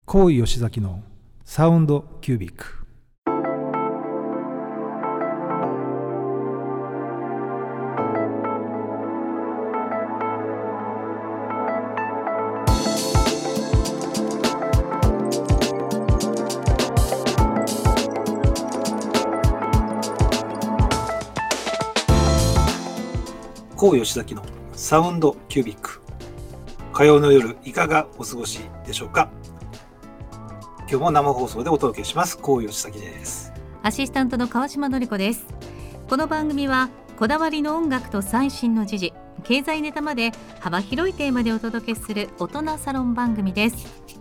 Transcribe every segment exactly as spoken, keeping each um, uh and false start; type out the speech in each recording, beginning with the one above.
高井吉崎のサウンドキュービック。 高井吉崎のサウンドキュービック。火曜の夜いかがお過ごしでしょうか。今日も生放送でお届けします。高井吉崎です。 アシスタントの川島典子です。この番組はこだわりの音楽と最新の時事、経済ネタまで幅広いテーマでお届けする大人サロン番組です。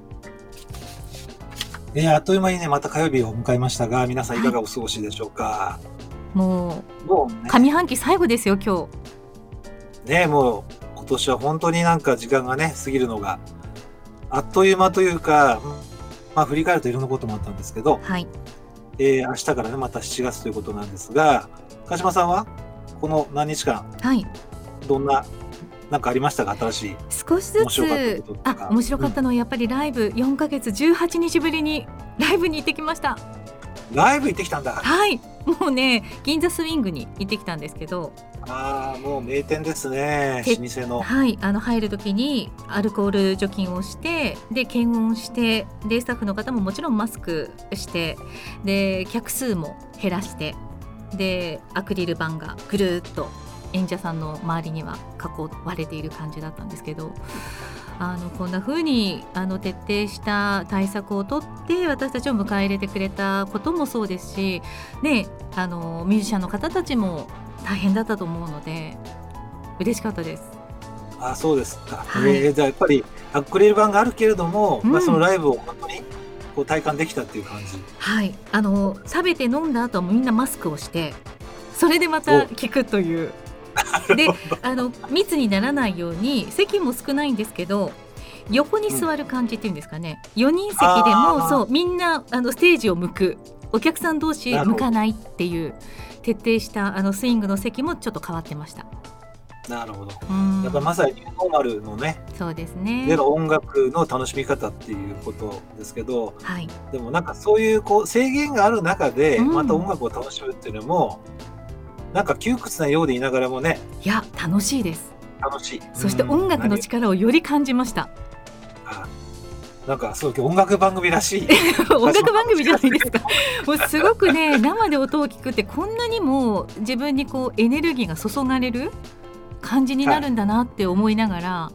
えー、あっという間にねまた火曜日を迎えましたが、皆さんいかがお過ごしでしょうか。はい、 もう、もうね、上半期最後ですよ今日ね。もう今年は本当になんか時間がね過ぎるのがあっという間というか、まあ、振り返るといろんなこともあったんですけど、 はい、 えー、明日からねまたしちがつということなんですが、鹿島さんはこの何日間、はい、どんななんかありましたか。新しい少しずつ面白かったこととか。あ、面白かったのはやっぱりライブ、うん、よんかげつじゅうはちにちぶりにライブに行ってきました。 ライブ行ってきたんだ。 はい、もうね銀座スウィングに行ってきたんですけど、 あー、もう名店ですね、老舗の。 はい、あの入る時にアルコール除菌をしてで検温してでスタッフの方ももちろんマスクしてで客数も減らしてでアクリル板がぐるっと演者さんの周りには囲われている感じだったんですけど、あのこんな風にあの徹底した対策をとって私たちを迎え入れてくれたこともそうですし、ね、あのミュージシャンの方たちも大変だったと思うので嬉しかったです。 あ、そうですか。はい、えー、じゃあやっぱりアクリル板があるけれども、うん、まあ、そのライブを本当にこう体感できたっていう感じ。 はい、あの食べて飲んだ後はみんなマスクをしてそれでまた聞くというで、あの密にならないように席も少ないんですけど横に座る感じっていうんですかね、うん、よにん席でもそうみんなあのステージを向く、お客さん同士向かないっていう徹底したあのスイングの席もちょっと変わってました。 なるほど。やっぱまさにニューノーマルのね、 そうですね、 での音楽の楽しみ方っていうことですけど、 はい、 でもなんかそういうこう制限がある中でまた音楽を楽しむっていうのも、うん、なんか窮屈なようでいながらもね、 いや楽しいです。 楽しい。 そして音楽の力をより感じました。 あ、なんかそう音楽番組らしい音楽番組じゃないですか。もうすごくね生で音を聞くってこんなにも自分にこうエネルギーが注がれる感じになるんだなって思いながら、はい、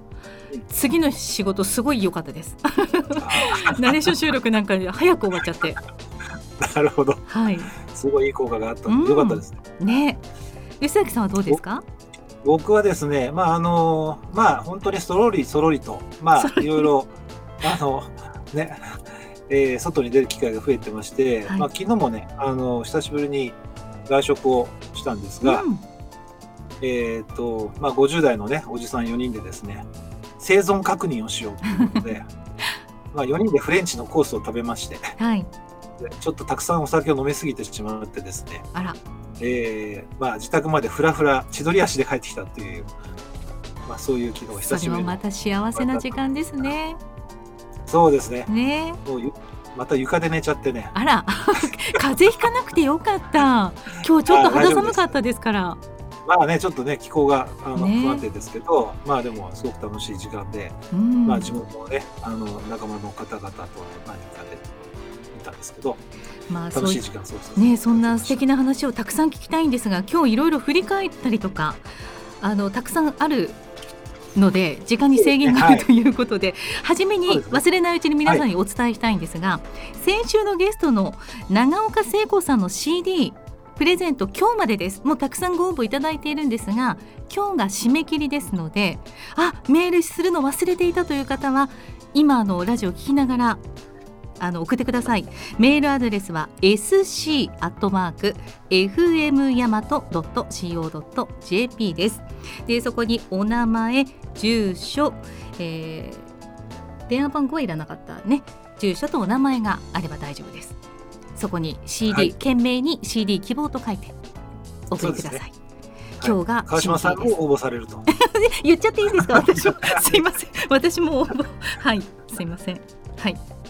次の仕事すごい良かったですナレーション収録なんかで早く終わっちゃってなるほど、 はい、 すごいいい効果があったので良かったですね。 ね、吉崎さんはどうですか。 僕はですね、まああのまあ本当にそろりそろりと、まあいろいろあのね、えー、外に出る機会が増えてまして、はい、まあ、昨日もねあの久しぶりに外食をしたんですが、うん、えーとまあ、ごじゅう代のねおじさんよにんでですね生存確認をしようということでまあよにんでフレンチのコースを食べまして、 はい、 でちょっとたくさんお酒を飲みすぎてしまってですね、 あら、 えーまあ、自宅までフラフラ千鳥足で帰ってきたという、まあ、そういう昨日久しぶりの。 それもまた幸せな時間ですね。 そうですね。 ね、 もうまた床で寝ちゃってね。 あら風邪ひかなくてよかった。今日ちょっと肌寒かったですから。 まあね、ちょっとね気候があの、ね、不安定ですけど、まあでもすごく楽しい時間で、うん、まあ、地元のねあの仲間の方々と何人かでいたんですけど、まあ、楽しい時間そうですね。そんな素敵な話をたくさん聞きたいんですが、今日いろいろ振り返ったりとかあのたくさんあるので時間に制限があるということで、はい、初めに忘れないうちに皆さんにお伝えしたいんですが、はい、先週のゲストの長岡聖子さんの シーディー プレゼント今日までです。もうたくさんご応募いただいているんですが今日が締め切りですので、あ、メールするの忘れていたという方は今のラジオを聞きながらあの送ってください。メールアドレスは エスシー アットマーク エフエム ヤマト ドット シーオー ドット ジェーピー です。でそこにお名前、住所、えー、電話番号はいらなかったね、住所とお名前があれば大丈夫です。そこに シーディー、はい、懸命に シーディー 希望と書いて送ってください。今日が川島さんも応募されると言っちゃっていいですか。私もすいません、私も応募、はい、すいません、はい、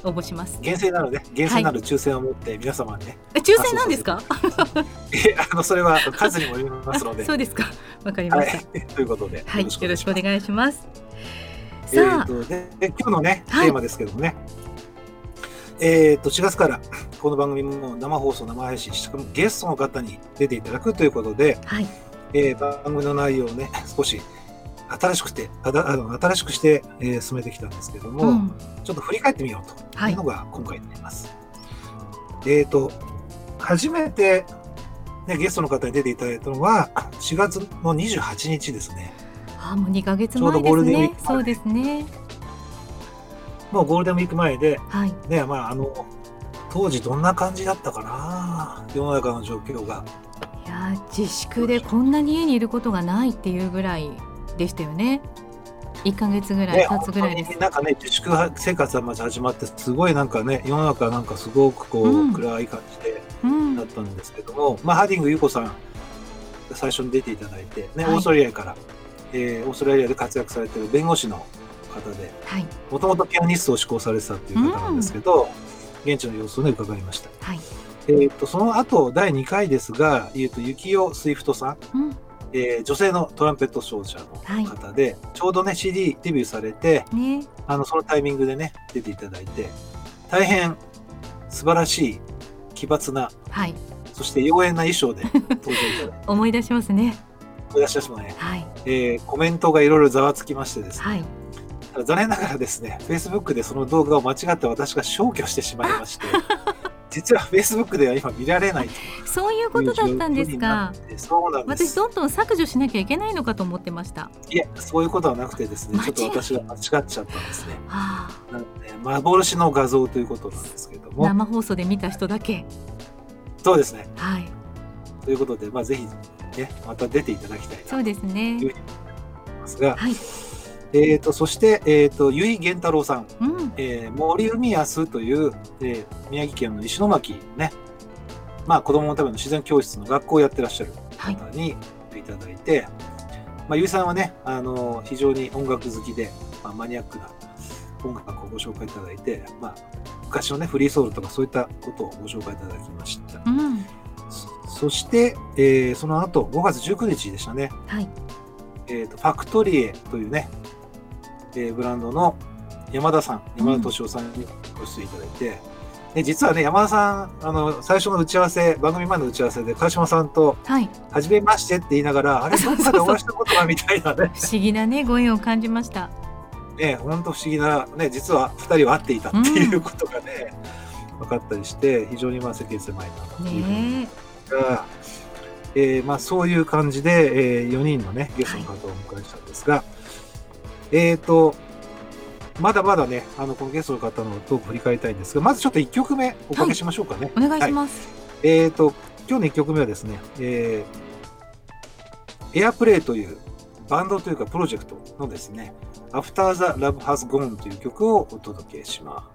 応募します。 厳正なるね、厳正なる抽選を持って皆様にね、 はい、抽選なんですか？ えあのそれは数にもよりますので。 そうですか。わかりました。 はい、ということで、 はい、よろしくお願いします。 さあ、えー、とでで今日のね、はい、テーマですけどもね、えー、としがつからこの番組も生放送生配信、しかもゲストの方に出ていただくということで、はい、えー、番組の内容をね少し新しくてあだあの新しくして、えー、進めてきたんですけども、うん、ちょっと振り返ってみようというのが今回になります。はい、えー、と初めて、ね、ゲストの方に出ていただいたのはしがつのにじゅうはちにちですね。 あ、もうにかげつまえですね。そうですね。 もうゴールデンウィーク前で、 はい、 ね、まああの当時どんな感じだったかな、世の中の状況が。 いや自粛でこんなに家にいることがないっていうぐらいでしたよね。いっかげつぐらい経つぐらいです。 ね、なんかね、自粛生活がまず始まってすごいなんかね、世の中なんかすごくこう、うん、暗い感じでだったんですけども、うん、まあハディング優子さん最初に出ていただいて、ね、はい、オーストラリアから、えー、オーストラリアで活躍されている弁護士の方で、もともとピアニストを志向されてたっていう方なんですけど、うん、現地の様子をね伺いました。はい、えー、とその後だいにかいですが、えー、とユキオスイフトさん、うん、えー、女性のトランペット奏者の方で、はい、ちょうどね シーディー デビューされて、ね、あのそのタイミングでね出ていただいて、大変素晴らしい奇抜な、はい、そして妖艶な衣装で登場いただいて思い出しますね。 思い出しますね。はい、えー、コメントがいろいろざわつきましてですね、はい、残念ながらですね Facebook でその動画を間違って私が消去してしまいまして実は Facebook では今見られないという。 そういうことだったんですか。 そうなんです。 私どんどん削除しなきゃいけないのかと思ってました。 いや、そういうことはなくてですね、ちょっと私が間違っちゃったんですね。はあ、なので幻の画像ということなんですけども、 生放送で見た人だけ。 そうですね。 はい。 ということで、まあ、ぜひねまた出ていただきたいなというふうに思いますが、はい、えー、とそして、えー、と由井源太郎さん、うん、えー、森海安という、えー、宮城県の石巻ね、まあ、子どものための自然教室の学校をやってらっしゃる方にいただいて、はい、まあ、由井さんはね、あの非常に音楽好きで、まあ、マニアックな音楽をご紹介いただいて、まあ、昔のねフリーソウルとかそういったことをご紹介いただきました。うん、そ, そして、えー、その後ごがつじゅうくにちでしたね、はい、えー、とファクトリエというね、えー、ブランドの山田さん、山田敏夫さんにご出演いただいて、うん、で実はね山田さん、あの最初の打ち合わせ、番組前の打ち合わせで川島さんと初めましてって言いながら、はい、あれどっかでお会いしたことがみたいなね不思議なねご縁を感じました。 ね、本当不思議なね、実はふたりは会っていたっていうことがね、うん、分かったりして非常にまあ世間狭いなというふうにが、えーまあ、そういう感じで、えー、よにんのねゲストの方をお迎えしたんですが、はい、えーとまだまだねあのこのゲストの方のトーク振り返りたいんですが、まずちょっといっきょくめおかけしましょうかね。 はい、お願いします。 はい、えーと今日のいっきょくめはですね、えー、エアプレイというバンドというかプロジェクトのですねAfter the Love Has Gone という曲をお届けします。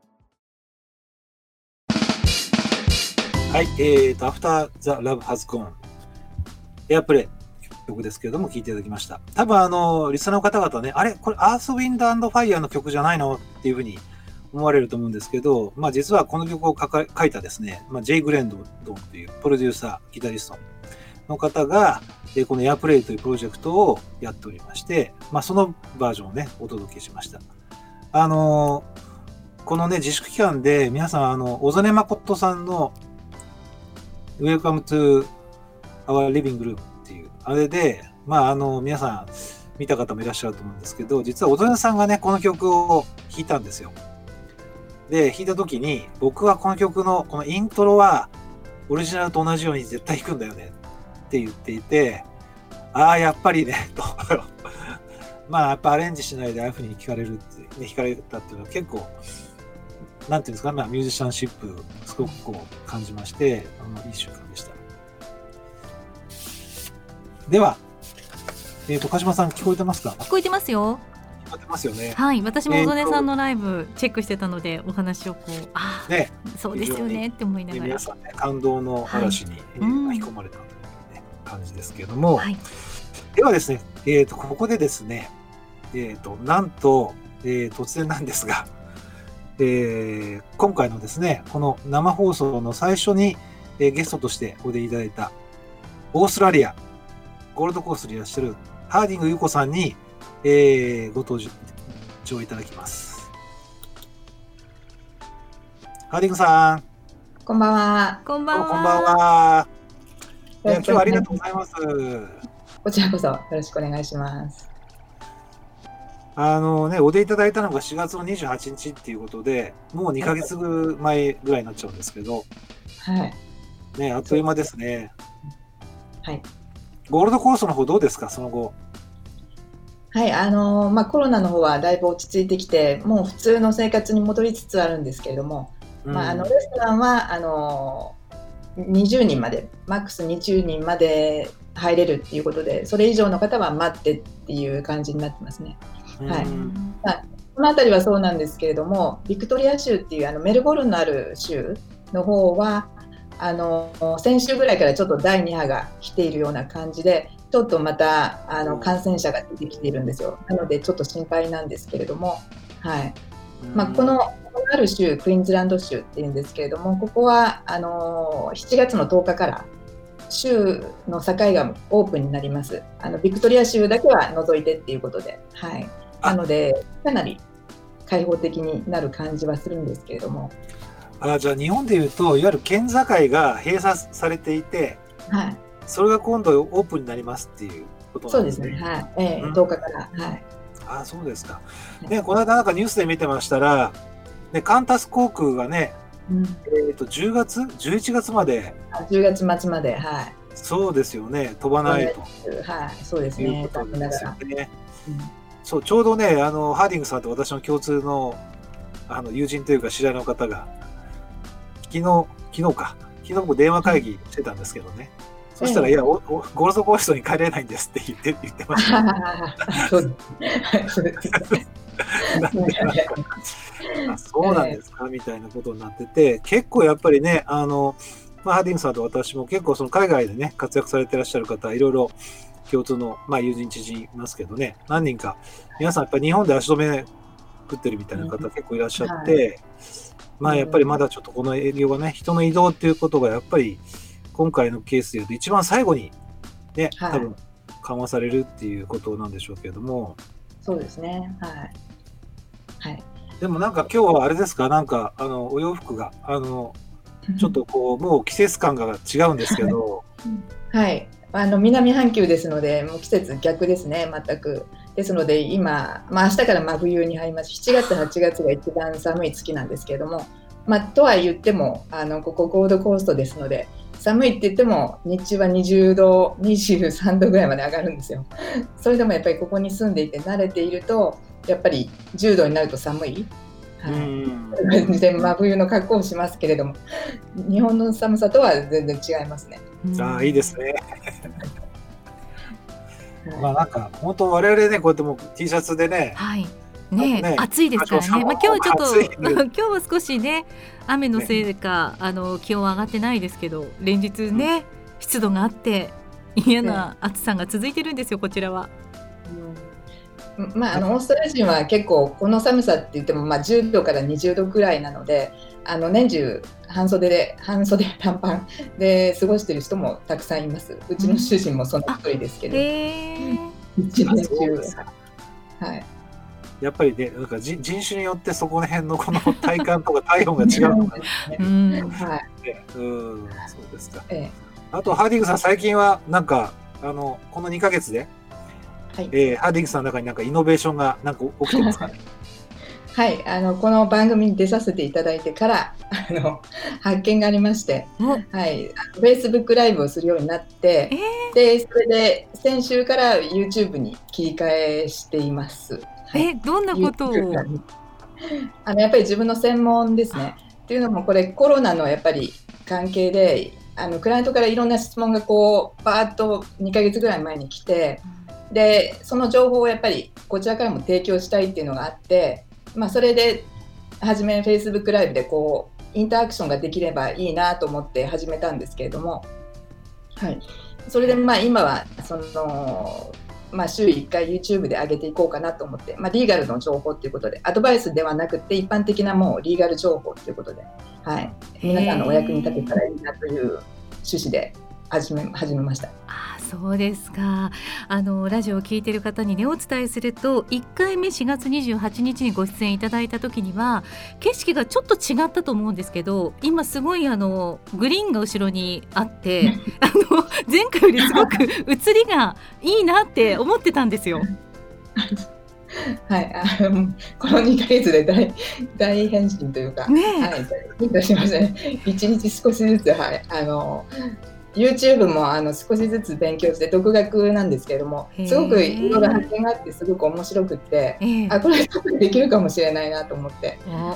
はい、えーと After the Love Has Gone エアプレイ曲ですけれども聴いていただきました。多分あのリスナーの方々ね、あれこれ Earth, Wind and Fire の曲じゃないのっていうふうに思われると思うんですけど、まあ実はこの曲を書か書いたですね、まあ、ジェイ・グレンドンというプロデューサー、ギタリストの方がこのエアプレイというプロジェクトをやっておりまして、まあ、そのバージョンをねお届けしました。あのー、このね自粛期間で皆さんあの小曽根誠さんの Welcome to Our Living Room っていうあれで、まああの皆さん見た方もいらっしゃると思うんですけど、実は小曽根さんがねこの曲を弾いたんですよ。で弾いた時に僕はこの曲のこのイントロはオリジナルと同じように絶対弾くんだよねって言っていて、ああやっぱりねとまあやっぱアレンジしないでああいう風に弾かれるって、ね、弾かれたっていうのは結構なんていうんですか、まあ、ミュージシャンシップすごくこう感じまして、あのいい瞬間でした。では、えーと、鹿島さん聞こえてますか？ 聞こえてますよ。 聞こえてますよね。 はい、私も小曽根さんのライブチェックしてたので、お話をこうああ、ね、そうですよねって思いながら、 皆さんね感動の嵐に、はい、えー、巻き込まれたという、ね、感じですけれども、はい、ではですね、えーと、ここでですね、えーと、なんと、えー、突然なんですが、ええー、今回のですね、この生放送の最初に、えー、ゲストとしてお出いただいた、オーストラリア、ゴールドコーストにいらっしゃるハーディング優子さんに、えー、ご登場いただきます。ハーディングさん。 こんばんは。 こんばんは。 こんばんは。いや、今日はありがとうございます。 こちらこそよろしくお願いします。 あのね、お出いただいたのがしがつのにじゅうはちにちっていうことで、もうにかげつまえぐらいになっちゃうんですけど、 はい。 ね、あっという間ですね。 はい。 ゴールドコーストの方どうですか、その後。 はい、あのまあ、コロナの方はだいぶ落ち着いてきて、もう普通の生活に戻りつつあるんですけれども、うん、まあ、あのレストランはあのにじゅうにんまで、マックスにじゅうにんまで入れるっていうことで、それ以上の方は待ってっていう感じになってますね。はい。まあ、この辺りはそうなんですけれども、ビクトリア州っていうあのメルボルンのある州の方は、あの先週ぐらいからちょっとだいにはが来ているような感じで、ちょっとまたあの感染者が出てきているんですよ。なのでちょっと心配なんですけれども、はい。まあ、このある州、クイーンズランド州っていうんですけれども、ここはあのしちがつのとおかから州の境がオープンになります。あのビクトリア州だけは除いてっていうことで、はい。なのでかなり開放的になる感じはするんですけれども。 あ、じゃあ日本でいうといわゆる県境が閉鎖されていて、はい、それが今度オープンになりますっていうことなんですね。 そうですね。はい。えーうん、とおかから。はい。 あ、そうですか。ね、この間なんかニュースで見てましたら、ね、カンタス航空がね、うん、えっとじゅうがつ、じゅういちがつまで。 じゅうがつまつまで、はい。 そうですよね。飛ばないと。 はい、そうですね。 いうことですよね。うん、そうちょうどね、あのハーディングさんと私の共通のあの友人というか知り合いの方が昨日昨日か昨日も電話会議してたんですけどね。そしたら、いや、おおゴールドコーストに帰れないんですって言って言ってました。そうそうなんですか、みたいなことになってて、結構やっぱりね、あの、まあ、ハーディングさんと私も結構その海外でね、活躍されてらっしゃる方、いろいろ共通の、まあ、友人知人いますけどね、何人か、皆さんやっぱり日本で足止め食ってるみたいな方結構いらっしゃって、はい、まあやっぱりまだちょっとこの営業がね、人の移動っていうことがやっぱり今回のケースでいうと一番最後にね、はい、多分緩和されるっていうことなんでしょうけれども。 そうですね。はい。はい。 でもなんか今日はあれですか、なんかあのお洋服があのちょっとこうもう季節感が違うんですけど。 はい。あの南半球ですので、もう季節逆ですね、全く。ですので今、まあ、明日から真冬に入ります。しちがつはちがつが一番寒い月なんですけれども、まあ、とは言ってもあのここゴールドコーストですので、寒いって言っても日中はにじゅうど、にじゅうさんどぐらいまで上がるんですよ。それでもやっぱりここに住んでいて慣れていると、やっぱりじゅうどになると寒い。はい、で真冬の格好をしますけれども、日本の寒さとは全然違いますね。 ああ、いいですね。まあなんか本当我々ね、こうやってもう T シャツでね、 はいね、ね暑いですからね。まあ、今日ちょっと今日は少しね雨のせいか、ね、あの気温上がってないですけど、連日ね、うん、湿度があって嫌な暑さが続いてるんですよ、こちらは。 うん、まあ、あのオーストラリア人は結構この寒さって言ってもまあじゅうどからにじゅうどくらいなので、あの年中半袖で半袖短パンで過ごしている人もたくさんいます。うちの主人もその一人ですけど、一年中、はい。 やっぱりね、なんか人種によってそこら辺のこの体感とか体温が違うのかな、ね。うん、はい。うん、そうですか。ええ、あとハーディングさん、最近はなんかあのこのにかげつで、はい、えー、ハーディングさんの中になんかイノベーションがなんか起きてますかね。 はい、あのこの番組に出させていただいてからあの発見がありまして、はい、Facebook ライブをするようになって、えー、でそれで先週から YouTube に切り替えしています。 はい、えどんなことをあのやっぱり自分の専門ですね。っていうのもこれコロナのやっぱり関係で、あのクライアントからいろんな質問がこうバーッとにかげつぐらい前に来て、でその情報をやっぱりこちらからも提供したいっていうのがあって、まあ、それで初め Facebook ライブでこうインタラクションができればいいなと思って始めたんですけれども、はい、それでまあ今はそのまあ、週いっかい YouTube で上げていこうかなと思って、まあ、リーガルの情報ということで、アドバイスではなくて一般的なもうリーガル情報ということで、はい、皆さんのお役に立てたらいいなという趣旨で始め、始めました。 あ、そうですか。あのラジオを聞いている方にねお伝えすると、いっかいめしがつにじゅうはちにちにご出演いただいた時には景色がちょっと違ったと思うんですけど、今すごいあのグリーンが後ろにあってあの前回よりすごく映りがいいなって思ってたんですよ。 はい、あのこのにかげつで 大, 大変身というか、 ねはい、ヒントしましたね。いちにち少しずつ、はい、あの YouTube もあの少しずつ勉強して独学なんですけれども、すごくいろいろ発見があってすごく面白くって、あこれできるかもしれないなと思って、はい、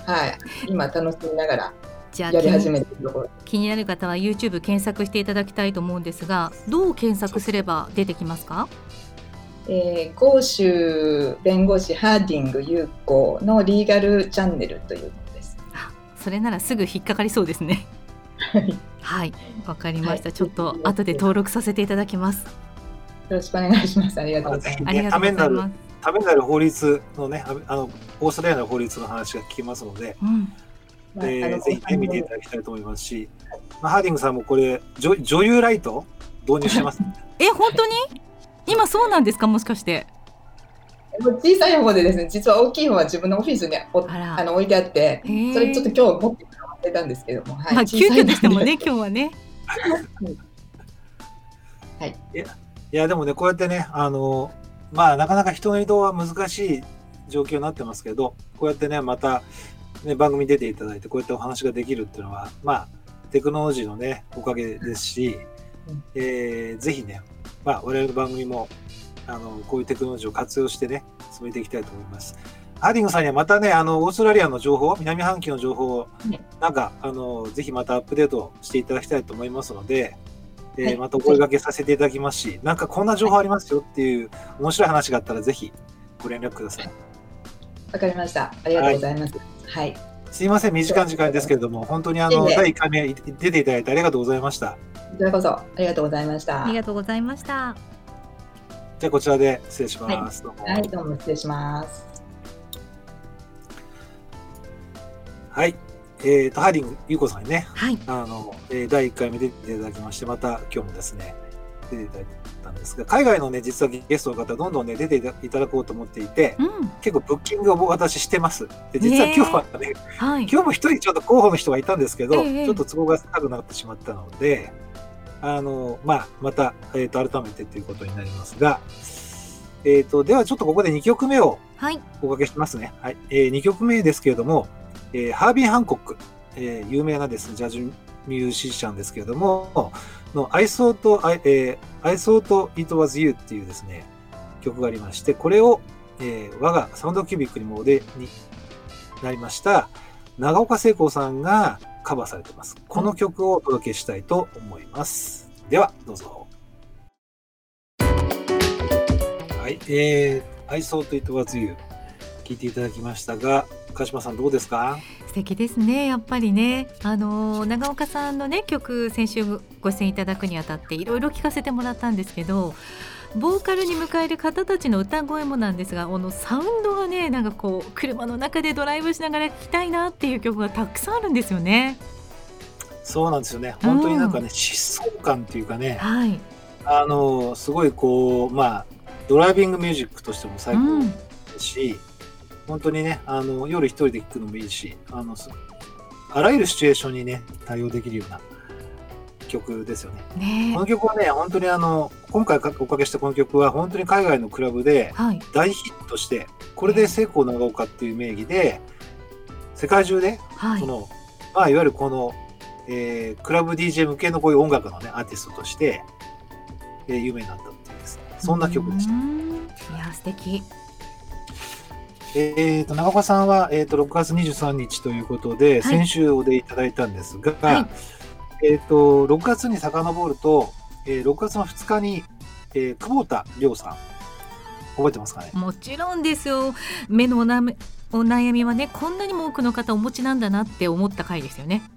今楽しみながらやり始めているところ。 気になる方は YouTube 検索していただきたいと思うんですが、どう検索すれば出てきますか？ えー、公衆弁護士ハーディング有効のリーガルチャンネルというものです。 あ、それならすぐ引っかかりそうですね。はい、わかりました、はい、ちょっと後で登録させていただきます。 よろしくお願いします。ありがとうございます。 ありがとうございます。ためになる法律のね、あのオーストラリアの法律の話が聞きますので、うんえー、ぜひ、ね、見ていただきたいと思いますし、まあ、ハーディングさんもこれ 女, 女優ライト導入してます、ね、 え本当に今そうなんですか？もしかして小さい方でですね、実は大きい方は自分のオフィスにああの置いてあって、それちょっと今日持ってきて忘れたんですけども、はい、 まあ、急遽でしたもんね今日はねはい、 いや、いやでもね、こうやってね、あのまあなかなか人の移動は難しい状況になってますけど、こうやってねまたね番組に出ていただいてこうやってお話ができるっていうのは、まあテクノロジーのねおかげですし、えー、ぜひね、まあ、我々の番組もあのこういうテクノロジーを活用してね進めていきたいと思います。ハーディングさんにはまたね、あのオーストラリアの情報、南半球の情報をなんかあのぜひまたアップデートしていただきたいと思いますので、えーはい、またお声掛けさせていただきますし、なんかこんな情報ありますよっていう面白い話があったらぜひご連絡ください。 わかりました。ありがとうございます。はい、はい、 すいません、短い時間ですけれども、本当にあのだいいっかいめ出ていただいてありがとうございました。 こちらこそありがとうございました。 ありがとうございました。 じゃあこちらで失礼します。 はい、どうも、はい、どうも失礼します。 はい、えーとハーディング優子さんにね、 はい、 あの、えー、だいいっかいめ出ていただきまして、また今日もですね出ていただいたんですが、海外のね実はゲストの方どんどんね出ていただこうと思っていて、うん、結構ブッキングを私してます。で実は今日はね、えーはい、今日も一人ちょっと候補の人がいたんですけど、えー、ちょっと都合が高くなってしまったので、あのまあ、また、えー、と改めてということになりますが、えー、とではちょっとここでにきょくめをおかけしますね。はい、えー、にきょくめですけれども、えー、ハービー・ハンコック、えー、有名なですねジャズミュージシャンですけれどもの I thought, I,、えー、I thought it was you っていうですね曲がありまして、これを、えー、我がサウンドキュービックにもお出になりました長岡聖子さんがカバーされています。この曲をお届けしたいと思います。ではどうぞ。はい、えー、I thought it was you 聞いていただきましたが、鹿島さんどうですか？ 素敵ですね。やっぱりね、あの長岡さんのね曲先週ご出演いただくにあたっていろいろ聞かせてもらったんですけど、ボーカルに迎える方たちの歌声もなんですが、このサウンドがねなんかこう車の中でドライブしながら聴きたいなっていう曲がたくさんあるんですよね。 そうなんですよね。本当になんかね、うん、疾走感っていうかね、 はい、 あのすごいこうまあドライビングミュージックとしても最高ですし、うん、本当にねあの夜一人で聴くのもいいし、あのあらゆるシチュエーションにね対応できるような曲ですよね。ね、この曲はね本当にあの今回おかけしたこの曲は本当に海外のクラブで大ヒットして、はい、これで聖子長岡っていう名義で世界中で、はい、そのまあいわゆるこの、えー、クラブ ディージェー 向けのこういう音楽のねアーティストとして、えー、有名になったっていうですね、そんな曲でした。 いや素敵。 えー、と長岡さんは、えー、とろくがつにじゅうさんにちということで、はい、先週お出いただいたんですが、はい、えー、とろくがつに遡ると、えー、ろくがつのふつかに、えー、久保田涼さん覚えてますかね？ もちろんですよ。目のおなお悩みはねこんなにも多くの方お持ちなんだなって思った回ですよね。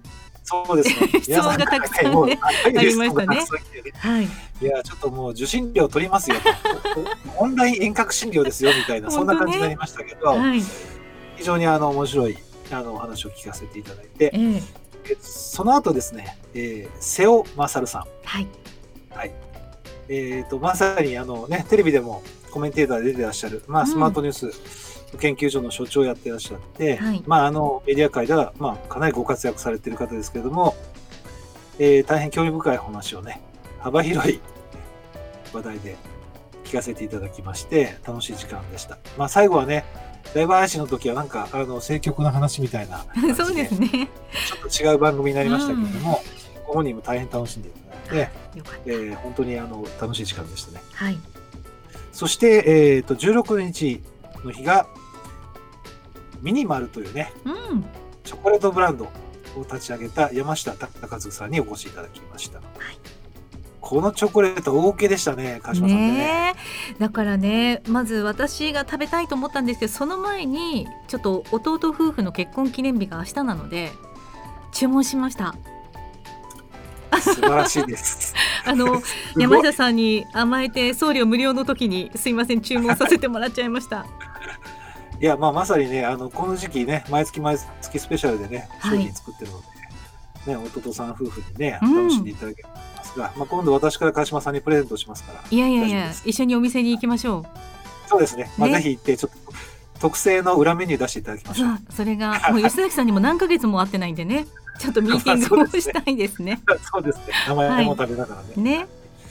そうですね。 質問がたくさんね、 もうはいありましたね。 質問がたくさん来てねはい。 いや、ちょっともう受信料取りますよと。オンライン遠隔診療ですよみたいな、そんな感じになりましたけど、 はい。 非常にあの面白いあのお話を聞かせていただいて、 ええ。 えその後ですね、えー、瀬尾勝さん。 はい。 はい。えっと、まさにあのね、テレビでもコメンテーターで出てらっしゃる、まあ、スマートニュース研究所の所長をやってらっしゃって、 はいまあ、あの、メディア界では、まあ、かなりご活躍されている方ですけれども、えー、大変興味深いお話をね、幅広い話題で聞かせていただきまして、楽しい時間でした。まあ、最後はね、ライブ配信の時はなんか、あの、政局の話みたいな感じで、 そうですね。 ちょっと違う番組になりましたけれども、ご本人も大変楽しんでいただいて、 よかった。 えー本当にあの楽しい時間でしたね。 はい。 そして、えー、とじゅうろくにちの日がミニマルというねうん。 チョコレートブランドを立ち上げた山下隆さんにお越しいただきました。このチョコレート大受けでしたね、川島さんでね。 ねえ、だからね、まず私が食べたいと思ったんですけど、その前にちょっと弟夫婦の結婚記念日が明日なので注文しました。 素晴らしいです。 あのすごい山下さんに甘えて送料無料の時にすいません、注文させてもらっちゃいました。 いや、まあ、まさにね、あのこの時期ね、毎月毎月スペシャルでね、 はい商品作ってるので、ね、弟さん夫婦にね、 うん楽しんでいただけると思いますが、まあ、今度私から川島さんにプレゼントしますから。 いやいやいや大丈夫です、 一緒にお店に行きましょそうですね。まあ、 ねぜひ行って、ちょっと特製の裏メニュー出していただきまう。 しょう。 そう、それがもう吉崎さんにも何ヶ月も会ってないんでね、ちょっとミーティングをしたいですね。 そうですね。名前も食べながらね。 ね。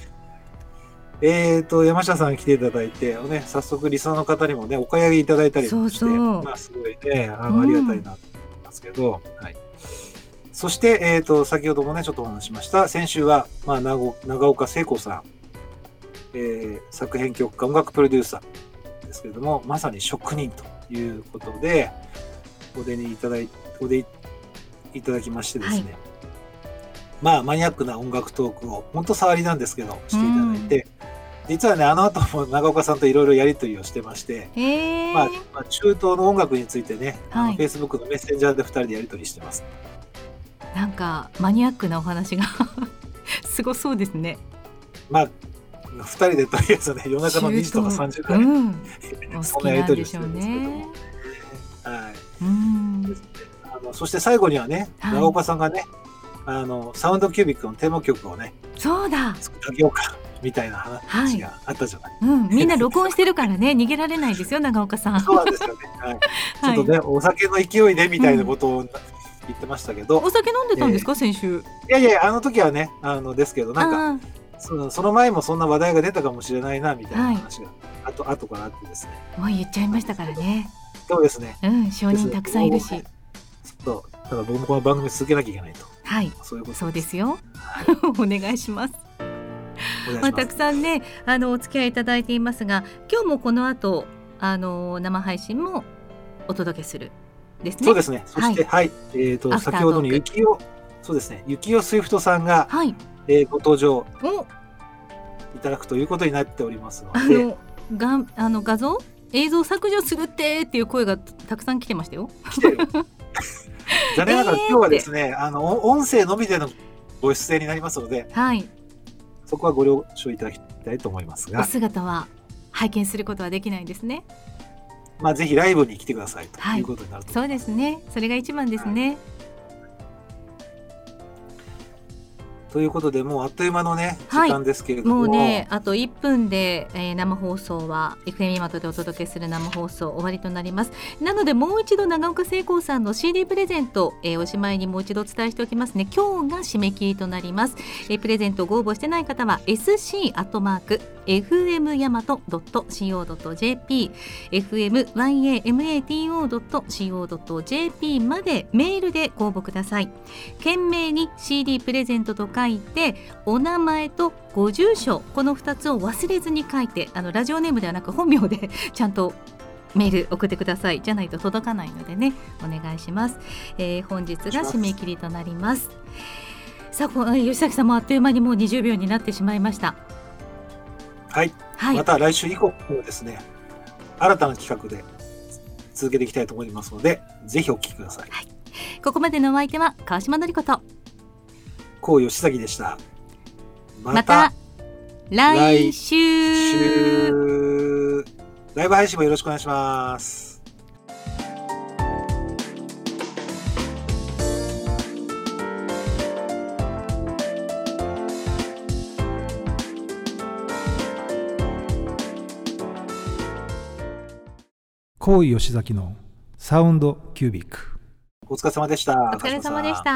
えーと、山下さん来ていただいて、ね、早速リスナーの方にもね、お買い上げいただいたりもして、 そうそうまあ、すごいね、あのありがたいなと思いますけど、はい。そして、えーと、先ほどもね、ちょっとお話ししました、先週は、まあ、長長岡聖子さん、えー作編曲家、音楽プロデューサーですけれども、まさに職人ということで、お出にいただいお出いいただきましてですね、 はいまあ、マニアックな音楽トークを、本当触りなんですけど、していただいて、実はね、あの後も長岡さんといろいろやり取りをしてまして、 へえ。 まあ、まあ中東の音楽についてね、あのはい Facebook のメッセンジャーでふたりでやり取りしてます。 なんかマニアックなお話がすごそうですね。 まあ、ふたりでとりあえずね、夜中のにじとかさんじくらい、 うん、おそんなやり好きなんでしょう取りをしてるんですけどねも。。はい。 うん。 あのそして最後にはね、 はい長岡さんがね、あのサウンドキュービックのテーマ曲をね、 そうだ。 作ってあげようかみたいな話があったじゃない。 うん、みんな録音してるからね、逃げられないですよ、長岡さん。 そうなんですよね。はい。 はいちょっとね、お酒の勢いでみたいなことを言ってましたけど、 お酒飲んでたんですか、先週。 いやいや、あの時はね、あのですけど、なんか、 あそのその前もそんな話題が出たかもしれないなみたいな話が、あと後からあってですね。 あ、もう言っちゃいましたからね。 そうですね。 うん、承認たくさんいるし。 そう、だから僕もこの番組続けなきゃいけないと。 はい、 そういうことそうですよ。お願いします。まあ、 お願いします。 たくさんね、あのお付き合いいただいていますが、今日もこの後、あの生配信もお届けするですね。 そうですね。そして、はい、えっと、 アフタートーク先ほどの雪を、そうですね、雪をスイフトさんが、 はい。 えーご登場お、 いただくということになっておりますので、 あのがあの画像映像削除するってっていう声がたくさん来てましたよ。 来てる。残念ながらえー今日はですね、あのお音声のみでのご出演になりますので、 はい。 そこはご了承いただきたいと思いますおが、 姿は拝見することはできないですね。 まあぜひライブに来てくださいとはいいうことになるとそう思います。 ですね。それが一番ですね。 ということで、もうあっという間のね、時はい間ですけれども、 もうね、あといっぷんで、えー生放送は エフエム 大和でお届けする生放送終わりとなります。なのでもう一度長岡聖光さんの シーディー プレゼント、えーおしまいにもう一度お伝えしておきますね。今日が締め切りとなります。えープレゼントをご応募してない方は エスシー アットマーク エフエム ヤマト ドット シーオー ドット ジェーピー エフエム ワイエーエムエーティーオー ドット シーオー ドット ジェーピー までメールでご応募ください。懸命に シーディー プレゼントと書いて、お名前とご住所、このふたつを忘れずに書いて、あのラジオネームではなく本名でちゃんとメール送ってください。じゃないと届かないのでね、お願いします。えー本日が締め切りとなります。さあ、こ吉崎さんもあっという間にもうにじゅうびょうになってしまいました。 はい、 はい、 また来週以降もですね、新たな企画で続けていきたいと思いますので、ぜひお聞きください。 ここまでのお相手は川島のりこと高吉崎でした。 また来週週ライブ配信もよろしくお願いします。 高井吉崎のサウンドキュービック。 お疲れ様でした。 お疲れ様でした。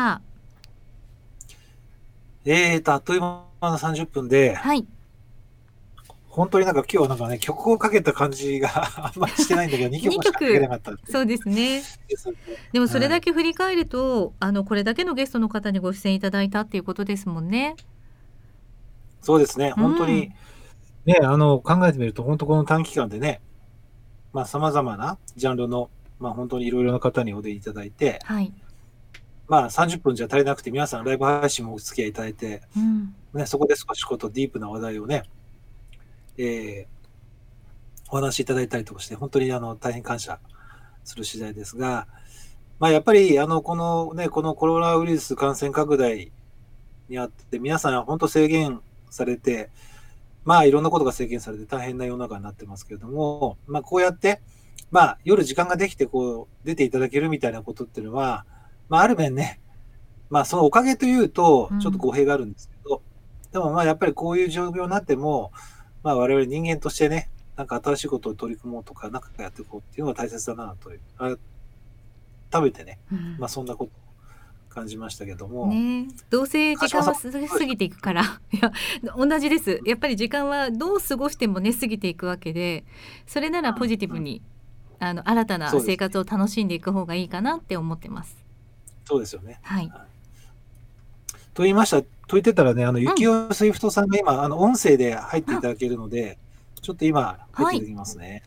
えーとあっという間のさんじゅっぷんで、 はい、 本当になんか今日はなんかね曲をかけた感じがあんまりしてないんだけどにきょくしかかけなかったって。 そうですね。でもそれだけ振り返ると、はい、あのこれだけのゲストの方にご出演いただいたっていうことですもんね。 そうですね。本当に、うん、ねあの考えてみると本当この短期間でね、まあ様々なジャンルのまあ本当にいろいろな方にお出いただいて、 はい、まあさんじゅっぷんじゃ足りなくて皆さんライブ配信もお付き合いいただいて、 うんね、そこで少しことディープな話題をね、えー、お話しいただいたりとかして本当にあの大変感謝する次第ですが、まあやっぱりあのこのねこのコロナウイルス感染拡大にあって皆さん本当制限されて、まあいろんなことが制限されて大変な世の中になってますけれども、まあこうやってまあ夜時間ができてこう出ていただけるみたいなことっていうのは、まあある面ね、まあそのおかげというとちょっと語弊があるんですけど、うん、でもまあやっぱりこういう状況になっても、まあ我々人間としてね、なんか新しいことを取り組もうとか、なんかやっていこうっていうのが大切だなという、改めてね、うん、まあそんなこと感じましたけども、 ね、どうせ時間は過ぎていくからいや同じです。やっぱり時間はどう過ごしてもね過ぎていくわけで、それならポジティブに、うん、あの新たな生活を楽しんでいく方がいいかなって思ってます。 そうですよね。 はい。 と言いましたと言ってたらね、あの雪尾スイフトさんが今、うん、あの音声で入っていただけるので、ちょっと今入っていただきますね。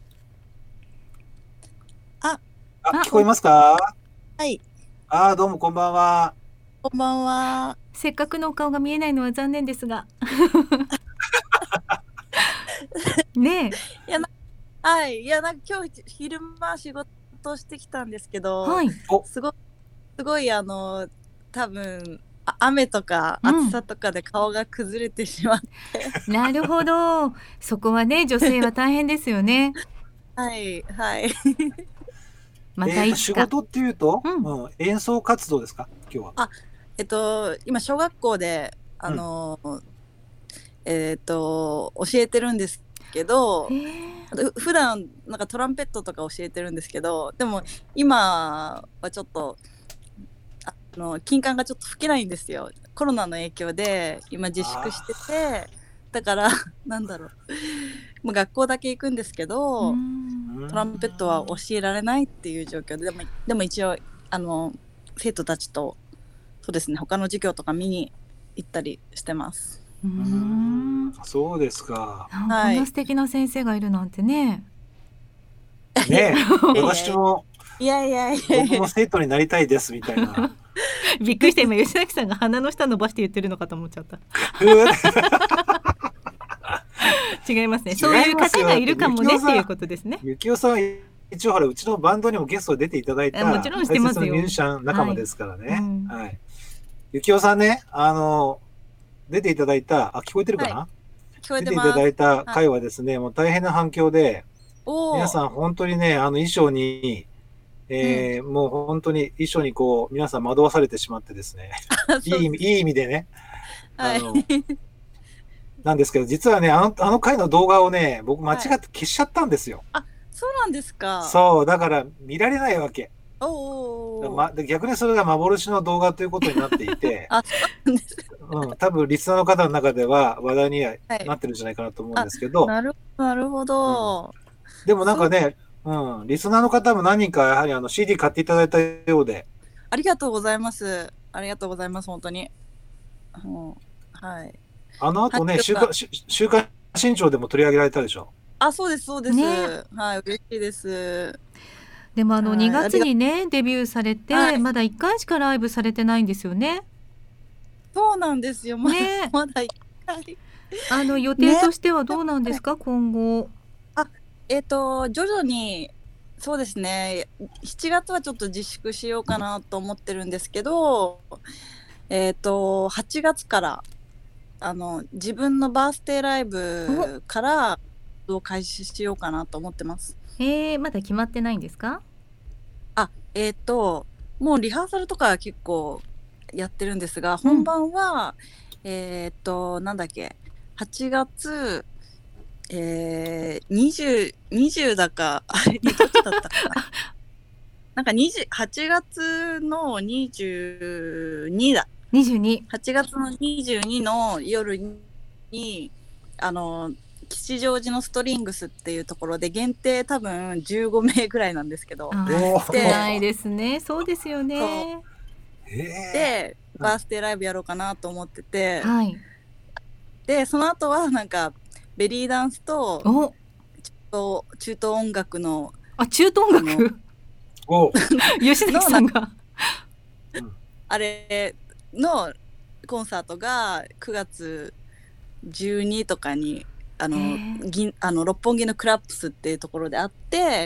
はい、 あ、あ聞こえますか？ はい。 あ、どうもこんばんは。 こんばんは。 せっかくのお顔が見えないのは残念ですが。ねえ。 いやな、はい、いやなんか今日昼間仕事してきたんですけど、 はい、 すごすごいあの多分雨とか暑さとかで顔が崩れてしまって、 うん、なるほど。そこはね女性は大変ですよね。 はいはい。 またいつか、 えー、仕事っていうと、 うんうん、演奏活動ですか今日は？ あ、えっと今小学校であの、うん、えっと教えてるんですけど、普段なんかトランペットとか教えてるんですけど、でも今はちょっとあの金管がちょっと吹けないんですよ。コロナの影響で今自粛してて、だからなんだろう、もう学校だけ行くんですけど、トランペットは教えられないっていう状況で、でも、でも一応あの生徒たちとそうですね、他の授業とか見に行ったりしてます。 うーん、 そうですか。 こんな素敵な先生がいるなんてね。 ねえ、私もいやいやいや僕も生徒になりたいですみたいな。 びっくりした。今吉崎さんが鼻の下伸ばして言ってるのかと思っちゃった。違いますね。そういう方がいるかもねっていうことですね。 ゆきおさん一応ほらうちのバンドにもゲストで出ていただいたもちろんしてますよ。 大切なミュージシャン仲間ですからね。はい。 うんはい、ゆきおさんね、あの出ていただいた、あ、聞こえてるかな？はい、 聞こえてます。 出ていただいた回はですね、はい、もう大変な反響で、皆さん本当にね、あの衣装に、えーうん、もう本当に衣装にこう皆さん惑わされてしまってですね、いい意味、いい意味でね、あの、はい、なんですけど、実はね、あのあの回の動画をね、僕間違って消しちゃったんですよ。 はい、あ、そうなんですか。 そう、だから見られないわけ。 おー、 ま、逆にそれが幻の動画ということになっていて、 あ、そうなんですか。 うん、多分リスナーの方の中では話題にはなってるんじゃないかなと思うんですけど、 はい、なる、なるほど、 うん、でもなんかね、うん、リスナーの方も何人かやはりあの シーディー 買っていただいたようで、 ありがとうございます。ありがとうございます本当に、うん、はい。 あの後ね、週刊週刊新潮でも取り上げられたでしょ。 あ、そうですそうです、 ね、 はい、嬉しいです。 でもあのにがつにねデビューされて、はい、まだいっかいしかライブされてないんですよね。 そうなんですよ、まだ、ね、まだいっかい。 あの予定としてはどうなんですか、ね、今後。 あ、えっと徐々にそうですね、しちがつはちょっと自粛しようかなと思ってるんですけど、 えっ、とはちがつからあの自分のバースデーライブからを開始しようかなと思ってます。 えー、まだ決まってないんですか？ あ、えっ、ともうリハーサルとかは結構やってるんですが、本番は、うん、えっ、となんだっけはちがつ、えー、にじゅう、にじゅうだかあれどっちだったかななんかにじゅうはちがつのにじゅうにだにじゅうにはちがつのにじゅうにの夜にあの吉祥寺のストリングスっていうところで限定多分じゅうごめいぐらいなんですけど、 少ないですね。そうですよね。 でバースデーライブやろうかなと思ってて、 はい、でその後はなんかベリーダンスと中東、中東音楽のあ中東音楽吉崎さんがあれのコンサートがくがつじゅうにとかにあの銀あの六本木のクラップスっていうところであって、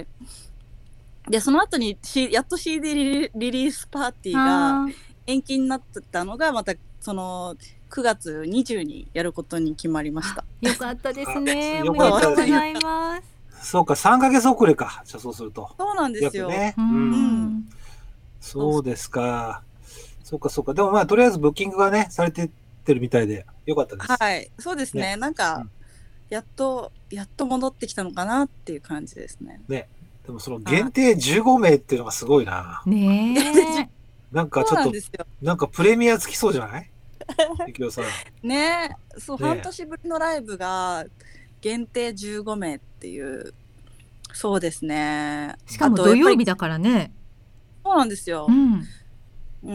でその後に、C、やっと シーディー リ, リリースパーティーが延期になってたのがまたそのくがつにじゅうにやることに決まりました。 よかったですね。おめでとうございます。 そうか、さんかげつ遅れか。じゃあそうすると。 そうなんですよ。 ね、うん、うん。そうですか。そうかそうか。でもまあとりあえずブッキングがねされてってるみたいでよかったです。 はい、そうですね。ねなんか、うん、やっとやっと戻ってきたのかなっていう感じですね。 ね。でもその限定じゅうごめいっていうのがすごいな。 ねえ。なんかちょっとなんかプレミアつきそうじゃない？ゆきおさん。 ねえ、そう、ね、半年ぶりのライブが限定じゅうごめいっていう。そうですね。 しかも土曜日だからね。 そうなんですよ。うんうん、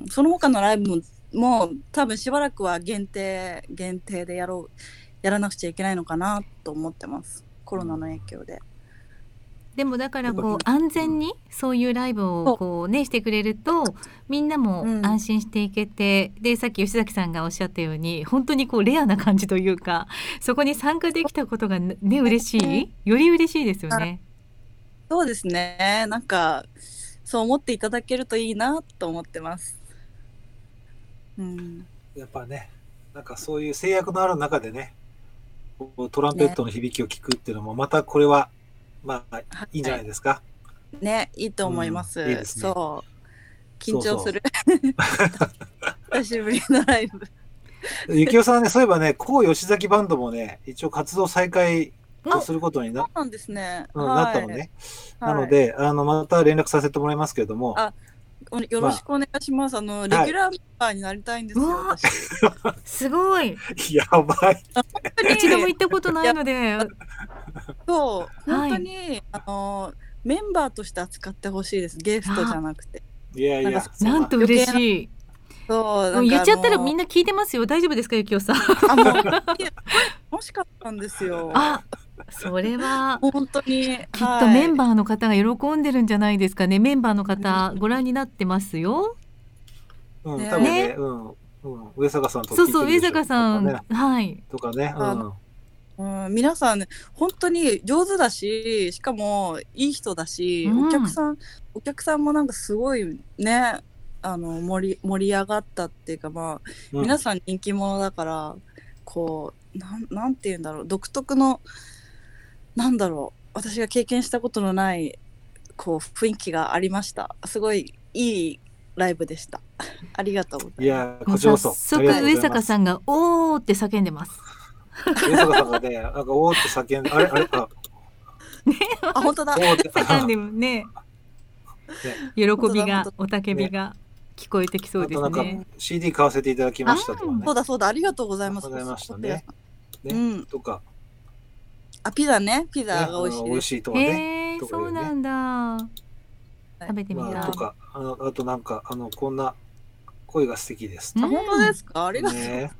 その他のライブももう多分しばらくは限定限定でやろうやらなくちゃいけないのかなと思ってます。コロナの影響で。 でもだからこう安全にそういうライブをこうねしてくれるとみんなも安心していけて、うん、でさっき吉崎さんがおっしゃったように本当にこうレアな感じというかそこに参加できたことがね嬉しいより嬉しいですよね。 そうですね。なんかそう思っていただけるといいなと思ってます。 うん、やっぱね、なんかそういう制約のある中でね、トランペットの響きを聞くっていうのもまたこれは、ね、まあいいんじゃないですか。はい、ね、いいと思います。うん、いいですね、そう緊張する。久しぶりのライブ。 ゆきおさんね、そういえばね、こう吉崎バンドもね、一応活動再開をすることに な, なんです、ねうんはい、なったのね。なので、はい、あのまた連絡させてもらいますけれども。 あよろしくお願いします。まあ、あのレギュラーメンバーになりたいんですよ。はい、 すごい。 やばい。 一度も行ったことないので。 そう本当に、はい、あのメンバーとして扱ってほしいです。ゲストじゃなくて。 いやいや。 なんと嬉しい。そう言っちゃったらみんな聞いてますよ。大丈夫ですかゆきおさん。 あもう欲しかったんですよ。 あそれは本当にきっとメンバーの方が喜んでるんじゃないですかね。メンバーの方ご覧になってますよ。 うん、多分ね、うんうん、上坂さんとそうそう上坂さん、ね、はいとかね、 うん、うん、皆さんね本当に上手だし、しかもいい人だし、うん、お客さんお客さんもなんかすごいねあの盛り盛り上がったっていうかまあ、うん、皆さん人気者だからこうなんなんていうんだろう独特のなんだろう私が経験したことのないこう雰囲気がありました。すごいいいライブでした。ありがとうございます。 いやこちらこそ早速上坂さんがおーって叫んでます。 上坂さんがねなんかおーって叫んであれあれあねあ本当だ叫んでもね喜びがおたけびが聞こえてきそうですね。 なんか シーディー 買わせていただきましたとかね。 そうだそうだありがとうございます。 ありがとうございましたね。ね、うん、とかあピザねピザが美味しい、 ね、美味しいとかね。 へー、そうなんだ。食べてみたい。 まあ、とかあのあとなんかあのこんな声が素敵です。 あ、本当ですか。ありがとう。ね、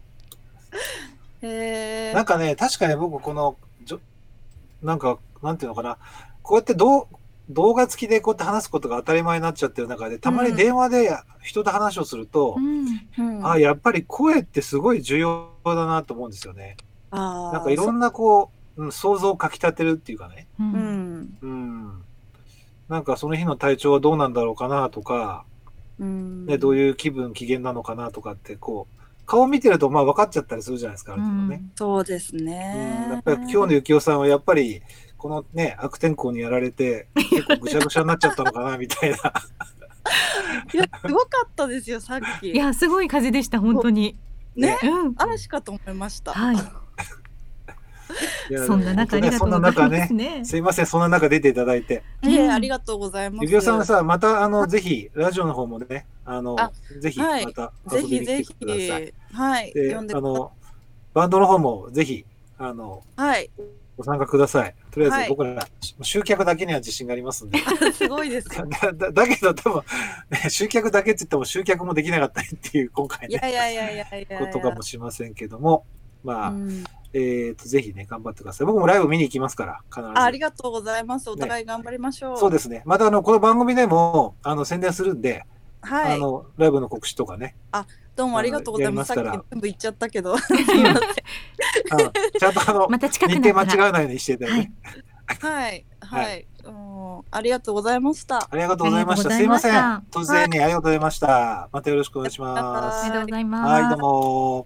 へーなんかね確かに僕このじょなんかなんていうのかなこうやってどう動画付きでこうやって話すことが当たり前になっちゃってる中でたまに電話で人と話をすると、うんうん、あやっぱり声ってすごい重要だなと思うんですよね。あなんかいろんなこう、うん、想像をかきたてるっていうかね、うんうん、なんかその日の体調はどうなんだろうかなとか、 うんね、どういう気分機嫌なのかなとかってこう顔見てるとまあ分かっちゃったりするじゃないですか、ある程度ね。 そうですうん、 ね。 やっぱり今日のゆきおさんはやっぱりこのね悪天候にやられて結構ぐしゃぐしゃになっちゃったのかなみたいな。 いやすごかったですよさっき。 いやすごい風でした本当に。 ね、 うん、 嵐かと思いました。 はい。 いやそんな中ありがとうございますそんな中ね。 ね、すいませんそんな中出ていただいて。 いえ、ありがとうございます。 ゆきおさんはさまたあのぜひラジオの方もねあのあぜひはいまたぜ遊びひぜに来てください。 ひはいで読んであのバンドの方もぜひあのはいご参加ください。とりあえはいず僕ら、集客だけには自信がありますんで。 すごいです。 だだだけど多分、ね、集客だけって言っても集客もできなかったりっていう今回ねいやいやいやいやいやことかもしれませんけども、まあ、 うんえっとぜひね頑張ってください。僕もライブ見に行きますから必ず。 あありがとうございます。お互い頑張りましょう。 そうですね。またあのこの番組でもあの宣伝するんで、 はい。 あのライブの告知とかね。 どうもありがとうございます。さっやりますからき全部言っちゃったけど。すいません。 あのちゃんとあのまた近く日程なったら間違わないようにしていただいて、 はいははい。うんありがとうございました。 ありがとうございました。 ありがとうごすいませんざいました突然にありがとうございました。またよろしくお願いします。 ありがとうございます。 はい、どうも。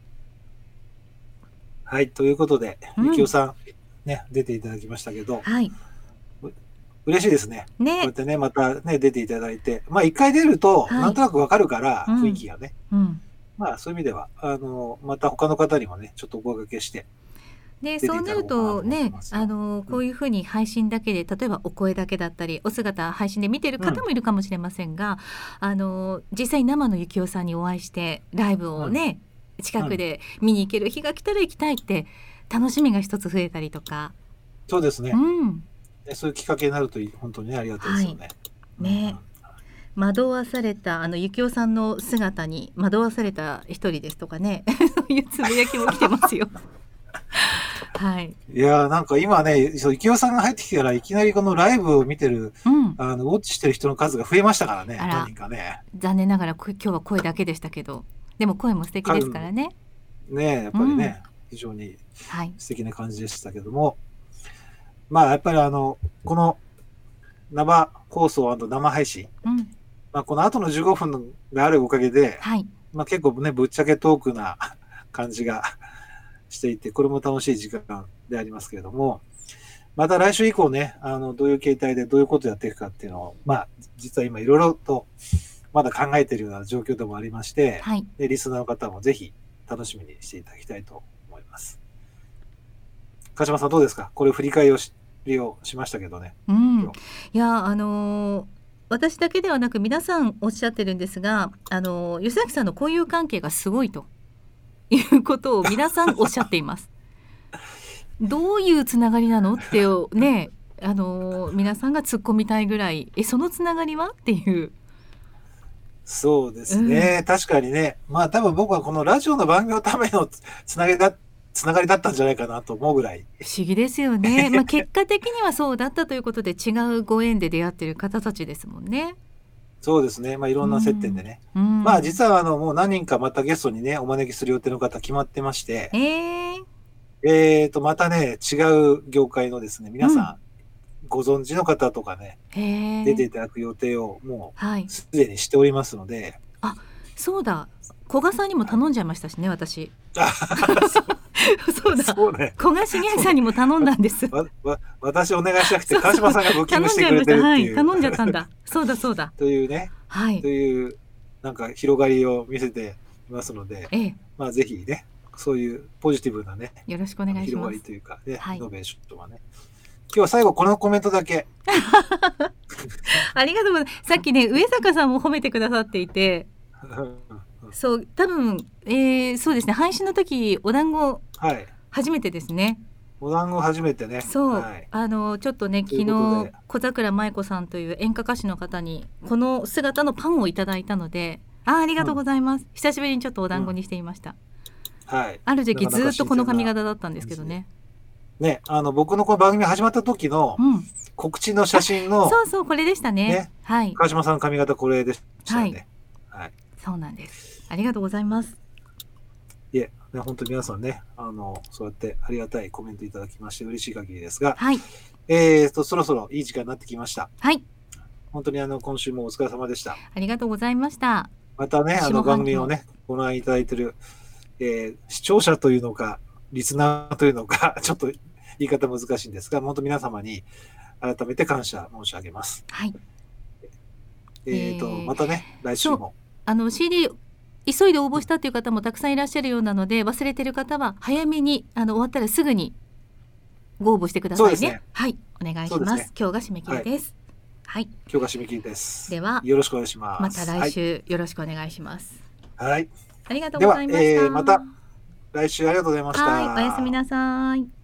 はい、ということで、 うんゆきおさん、ね、出ていただきましたけど、 はい。 嬉しいですね。こうやねっ。てね、またね、出ていただいて、まあ、一回出ると、 はいなんとなくわかるから、 うん雰囲気がね。 うん。 まあ、そういう意味では、あの、また他の方にもね、ちょっとお声掛けして、 で出ていたそうなるだこうかなととね思ってますよあのこういうふうに配信だけで例えばお声だけだったりお姿配信で見てる方もいるかもしれませんが、あの実際生のゆきおさんにお会いしてライブをね、近くで見に行ける日が来たら行きたいって楽しみが一つ増えたりとか、 そうですね。 うん、 ねそういうきっかけになるといい、本当にね、ありがたいですよね。 ね惑わされたあのゆきおさんの姿に惑わされた一人ですとかねそういうつぶやきも来てますよ。はい、 いやーなんか今ね、そう、池尾さんが入ってきてからいきなりこのライブを見てる、 うん、 あの、ウォッチしてる人の数が増えましたからね、 あら何人かね。 残念ながらこ今日は声だけでしたけどでも声も素敵ですからね。 ねえやっぱりね、非常にはい、 素敵な感じでしたけども、まあやっぱりあの、この生放送&生配信、 うん、 まあこの後のじゅうごふんがあるおかげで、 はい、 まあ結構ね、ぶっちゃけトークな感じがしていて、これも楽しい時間でありますけれども、また来週以降ね、あの、どういう形態でどういうことをやっていくかっていうのを、まあ、実は今いろいろとまだ考えているような状況でもありまして、 はい、 でリスナーの方もぜひ楽しみにしていただきたいと思います。鹿島さんどうですか？これ振り返りをしましたけどね。 うん今、 いやあのー私だけではなく皆さんおっしゃってるんですが、あのー吉崎さんの交友関係がすごいということを皆さんおっしゃっています。どういうつながりなのってね、あのー皆さんが突っ込みたいぐらい、えそのつながりはっていう。 そうですね、 うん確かにね、まあ多分僕はこのラジオの番組のためのつつながりだつながりだったんじゃないかなと思うぐらい。 不思議ですよね。まあ結果的にはそうだったということで違うご縁で出会っている方たちですもんね。 そうですね、まあいろんな接点でね。 うん、 まあ実はあのもう何人かまたゲストにねお招きする予定の方決まってまして、 えー、 えーとまたね違う業界のですね皆さんご存知の方とかね、 へー出ていただく予定をもはいうすでにしておりますので、 そうだ古賀さんにも頼んじゃいましたしね私。 あそうだそうね。 古賀茂明さんにも頼んだんです。 わわ私お願いしなくてそうそう川島さんがブッキングしてくれてるっていう、 頼んじゃいました。はい、頼んじゃったんだ。そうだそうだ。 というねはいと。いうなんか広がりを見せていますので、 ええ、 まあぜひねそういうポジティブなねよろしくお願いし広がります。 というかね、 はいイノベーションとはね。今日は最後このコメントだけ。 ありがとうございます。さっきね上坂さんも褒めてくださっていて、そう多分、えー、そうですね配信の時お団子はい。 初めてですね。 お団子初めてね。 そう、 はい。 あのちょっとねとい昨うことで日小桜舞子さんという演歌歌手の方にこの姿のパンをいただいたので、あありがとうございます、久しぶりにちょっとお団子にしてみました、 はい。 ある時期なかなかずっとこの髪型だったんですけどね。 ね、あの僕のこの番組始まった時のうん、 告知の写真のそうそうこれでしたね。 ねはい、 川島さんの髪型これでしたよね。はい。 そうなんです。ありがとうございます。 いえ、ね、本当に皆さんね、あのそうやってありがたいコメントいただきまして嬉しい限りですが、 はいえーとそろそろいい時間になってきました。 はい本当にあの今週もお疲れ様でした。 ありがとうございました。 またね、あの番組をね、ご覧いただいている、えー、視聴者というのか、リスナーというのか、ちょっと言い方難しいんですが、本当皆様に改めて感謝申し上げます。 はい。 えーと、えー、またね、来週も。 あの シーディー急いで応募したという方もたくさんいらっしゃるようなので、忘れてる方は早めにあの終わったらすぐにご応募してください ね, ねはいお願いします、ね、今日が締め切りです、はい、はい、 今日が締め切りです。 ではよろしくお願いします。 また来週よろしくお願いします。 はい、 ありがとうございました。 では、えー、また来週ありがとうございました。 はい、おやすみなさい。